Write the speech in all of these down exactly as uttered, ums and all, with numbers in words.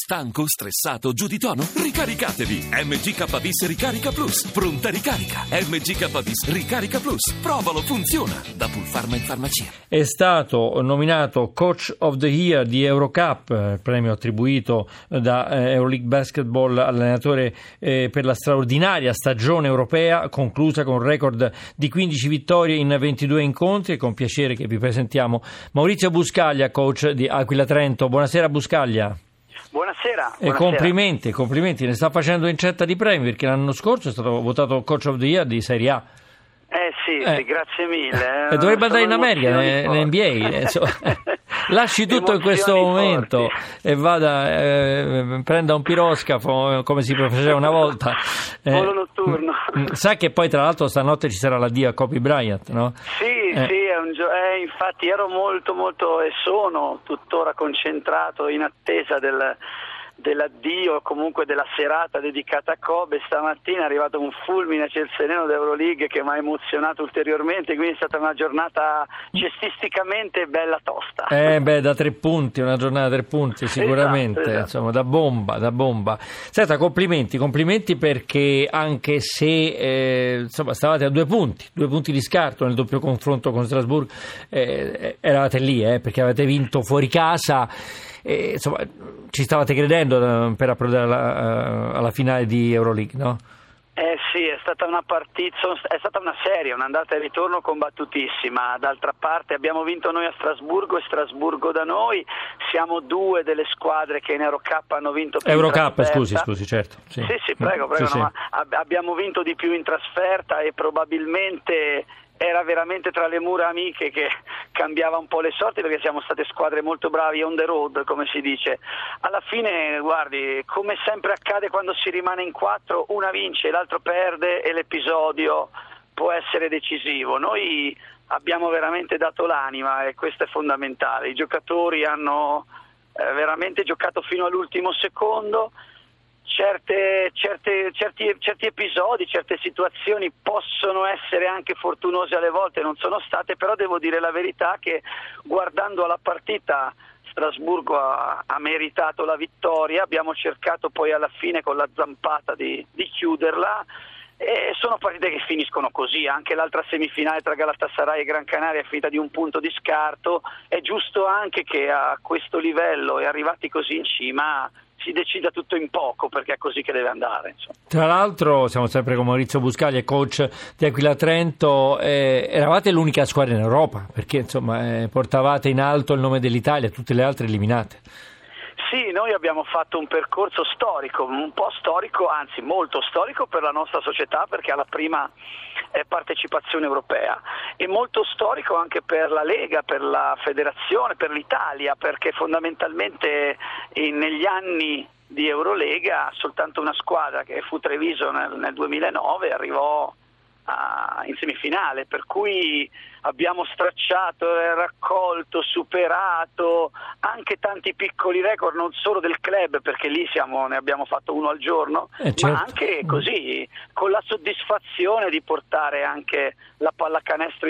Stanco, stressato, giù di tono? Ricaricatevi! M G K Bis Ricarica Plus. Pronta ricarica. M G K Bis Ricarica Plus. Provalo, funziona. Da Pulpharma in farmacia. È stato nominato Coach of the Year di Eurocup, premio attribuito da Euroleague Basketball all'allenatore eh, per la straordinaria stagione europea, conclusa con un record di quindici vittorie in ventidue incontri. E con piacere che vi presentiamo Maurizio Buscaglia, coach di Aquila Trento. Buonasera Buscaglia. Buonasera, e buonasera. complimenti, complimenti, ne sta facendo incetta di premi, perché l'anno scorso è stato votato Coach of the Year di Serie A. Eh sì, eh. sì, grazie mille. E dovrebbe andare in America, in N B A. Lasci tutto in questo momento forti. E vada, eh, prenda un piroscafo come si faceva una volta. Volo notturno. Sa che poi tra l'altro stanotte ci sarà l'addio a Kobe Bryant, no? Sì, eh. sì, è un gio- eh, infatti ero molto molto e sono tuttora concentrato in attesa del dell'addio, comunque della serata dedicata a Kobe. Stamattina è arrivato un fulmine a ciel sereno d'Euroleague che mi ha emozionato ulteriormente, quindi è stata una giornata cestisticamente bella tosta. Eh beh, da tre punti, una giornata da tre punti sicuramente, esatto, esatto. Insomma, da bomba, da bomba. Senta, complimenti, complimenti perché anche se eh, insomma stavate a due punti, due punti di scarto nel doppio confronto con Strasburgo, eh, eravate lì, eh, perché avete vinto fuori casa. E, insomma, ci stavate credendo per approdare alla, alla finale di Euroleague, no? Eh sì, è stata una partita, è stata una serie, un'andata e ritorno combattutissima. D'altra parte abbiamo vinto noi a Strasburgo e Strasburgo da noi. Siamo due delle squadre che in Eurocup hanno vinto più Eurocup, in trasferta. scusi, scusi, certo. Sì, sì, sì prego, prego. Sì, no, sì. Ma abbiamo vinto di più in trasferta e probabilmente era veramente tra le mura amiche che cambiava un po' le sorti, perché siamo state squadre molto bravi on the road, come si dice. Alla fine, guardi, come sempre accade quando si rimane in quattro, una vince, l'altro perde e l'episodio può essere decisivo. Noi abbiamo veramente dato l'anima e questo è fondamentale. I giocatori hanno eh, veramente giocato fino all'ultimo secondo. Certe, certe, certi, certi episodi, certe situazioni possono essere anche fortunose alle volte, non sono state, però devo dire la verità che guardando alla partita Strasburgo ha, ha meritato la vittoria. Abbiamo cercato poi alla fine con la zampata di, di chiuderla, e sono partite che finiscono così. Anche l'altra semifinale tra Galatasaray e Gran Canaria è finita di un punto di scarto. È giusto anche che a questo livello e arrivati così in cima si decida tutto in poco, perché è così che deve andare, insomma. Tra l'altro siamo sempre con Maurizio Buscaglia, coach di Aquila Trento. Eh, eravate l'unica squadra in Europa, perché insomma eh, portavate in alto il nome dell'Italia, tutte le altre eliminate. Sì, noi abbiamo fatto un percorso storico, un po' storico, anzi molto storico per la nostra società, perché è la prima eh, partecipazione europea, e molto storico anche per la Lega, per la federazione, per l'Italia, perché fondamentalmente eh, negli anni di Eurolega soltanto una squadra, che fu Treviso nel, nel duemilanove, arrivò a, in semifinale, per cui abbiamo stracciato, raccolto, superato anche tanti piccoli record, non solo del club, perché lì siamo, ne abbiamo fatto uno al giorno, eh, certo. ma anche così, con la soddisfazione di portare anche la pallacanestro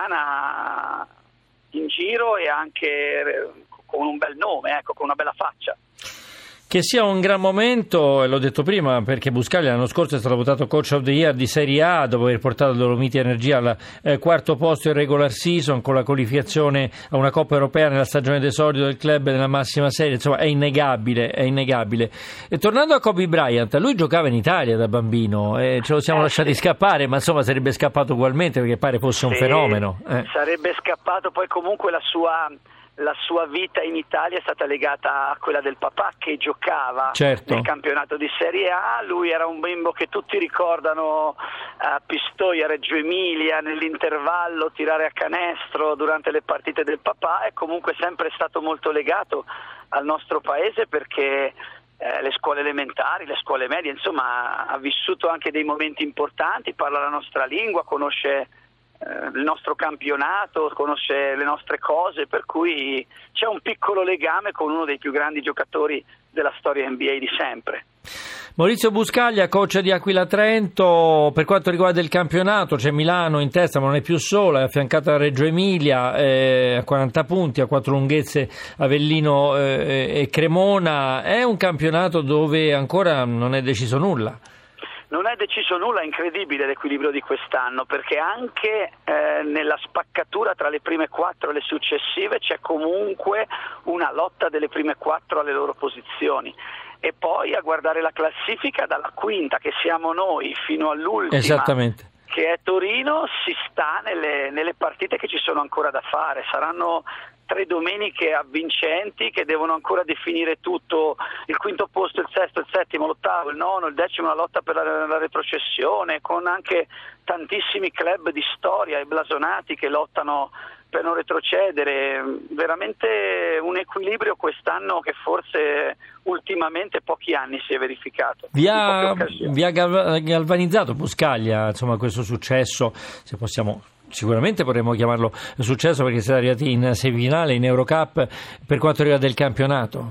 italiana in giro, e anche con un bel nome, ecco, con una bella faccia. Che sia un gran momento, e l'ho detto prima, perché Buscaglia l'anno scorso è stato votato Coach of the Year di Serie A dopo aver portato Dolomiti Energia al eh, quarto posto in regular season, con la qualificazione a una Coppa Europea nella stagione d'esordio del club nella massima serie. Insomma, è innegabile, è innegabile. E tornando a Kobe Bryant, lui giocava in Italia da bambino, e ce lo siamo eh, lasciati sì. scappare, ma insomma sarebbe scappato ugualmente, perché pare fosse un sì, fenomeno. Eh. Sarebbe scappato. Poi comunque la sua... La sua vita in Italia è stata legata a quella del papà, che giocava certo. nel campionato di Serie A. Lui era un bimbo che tutti ricordano a Pistoia, Reggio Emilia, nell'intervallo tirare a canestro durante le partite del papà. È comunque sempre stato molto legato al nostro paese, perché eh, le scuole elementari, le scuole medie, insomma, ha vissuto anche dei momenti importanti, parla la nostra lingua, conosce il nostro campionato, conosce le nostre cose, per cui c'è un piccolo legame con uno dei più grandi giocatori della storia N B A di sempre. Maurizio Buscaglia, coach di Aquila Trento. Per quanto riguarda il campionato c'è Milano in testa, ma non è più sola, è affiancata da Reggio Emilia eh, a quaranta punti, a quattro lunghezze Avellino eh, e Cremona. È un campionato dove ancora non è deciso nulla. Non è deciso nulla, è incredibile l'equilibrio di quest'anno, perché anche eh, nella spaccatura tra le prime quattro e le successive c'è comunque una lotta delle prime quattro alle loro posizioni. E poi a guardare la classifica, dalla quinta che siamo noi fino all'ultima, esattamente, che è Torino, si sta nelle, nelle partite che ci sono ancora da fare. Saranno tre domeniche avvincenti che devono ancora definire tutto: il quinto posto, il sesto, il settimo, l'ottavo, il nono, il decimo, la lotta per la, la retrocessione, con anche tantissimi club di storia e blasonati che lottano per non retrocedere. Veramente un equilibrio quest'anno che forse ultimamente pochi anni si è verificato. Vi ha, vi ha galvanizzato Buscaglia, insomma, questo successo, se possiamo... Sicuramente potremmo chiamarlo successo, perché siete arrivati in semifinale in Eurocup per quanto riguarda il campionato.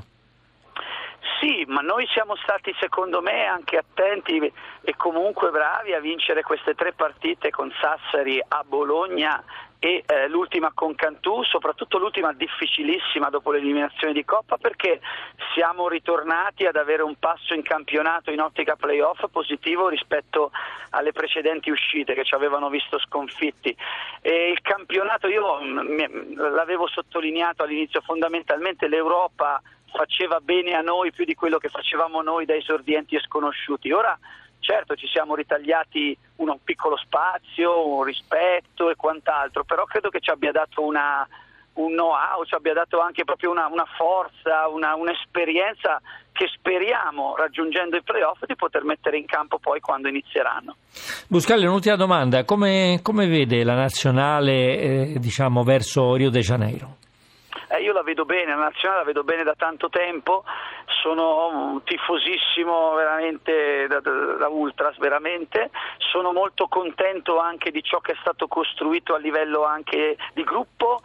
Sì, ma noi siamo stati, secondo me, anche attenti e comunque bravi a vincere queste tre partite con Sassari, a Bologna e eh, l'ultima con Cantù, soprattutto l'ultima difficilissima dopo l'eliminazione di Coppa, perché siamo ritornati ad avere un passo in campionato in ottica playoff positivo rispetto alle precedenti uscite che ci avevano visto sconfitti. E il campionato, io m- l'avevo sottolineato all'inizio, fondamentalmente l'Europa faceva bene a noi più di quello che facevamo noi da esordienti e sconosciuti. Ora certo ci siamo ritagliati un piccolo spazio, un rispetto e quant'altro, però credo che ci abbia dato una, un know-how, ci abbia dato anche proprio una, una forza, una, un'esperienza che speriamo, raggiungendo i playoff, di poter mettere in campo poi quando inizieranno. Buscaglia, un'ultima domanda: come, come vede la nazionale eh, diciamo verso Rio de Janeiro? Eh, io la vedo bene, la nazionale la vedo bene da tanto tempo, sono un tifosissimo veramente da, da, da ultras, veramente, sono molto contento anche di ciò che è stato costruito a livello anche di gruppo,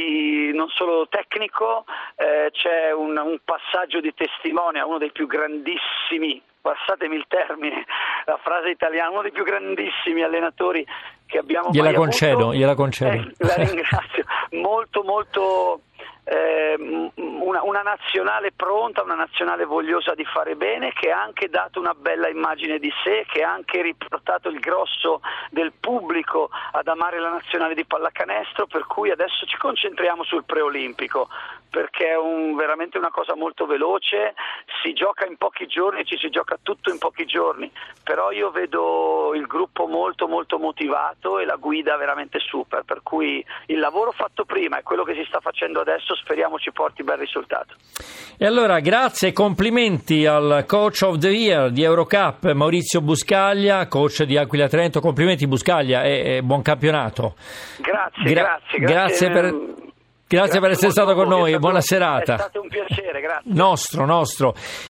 di non solo tecnico, eh, c'è un, un passaggio di testimone a uno dei più grandissimi, passatemi il termine, la frase italiana, uno dei più grandissimi allenatori che abbiamo gliela mai concedo, avuto. Gliela concedo, eh, la ringrazio, molto molto eh, una, una nazionale pronta, una nazionale vogliosa di fare bene, che ha anche dato una bella immagine di sé, che ha anche riportato il grosso del pubblico ad amare la nazionale di pallacanestro, per cui adesso ci concentriamo sul preolimpico, perché è un, veramente una cosa molto veloce, si gioca in pochi giorni, ci si gioca tutto in pochi giorni, però io vedo il gruppo molto molto motivato e la guida veramente super, per cui il lavoro fatto prima e quello che si sta facendo adesso speriamo ci porti bel risultato. E allora grazie e complimenti al Coach of the Year di Eurocup Maurizio Buscaglia, coach di Aquila Trento. Complimenti Buscaglia e, e buon campionato. Grazie, Gra- grazie, grazie. Grazie per... Grazie, grazie per essere stato con noi, buona serata. È stato un piacere, grazie. Nostro, nostro.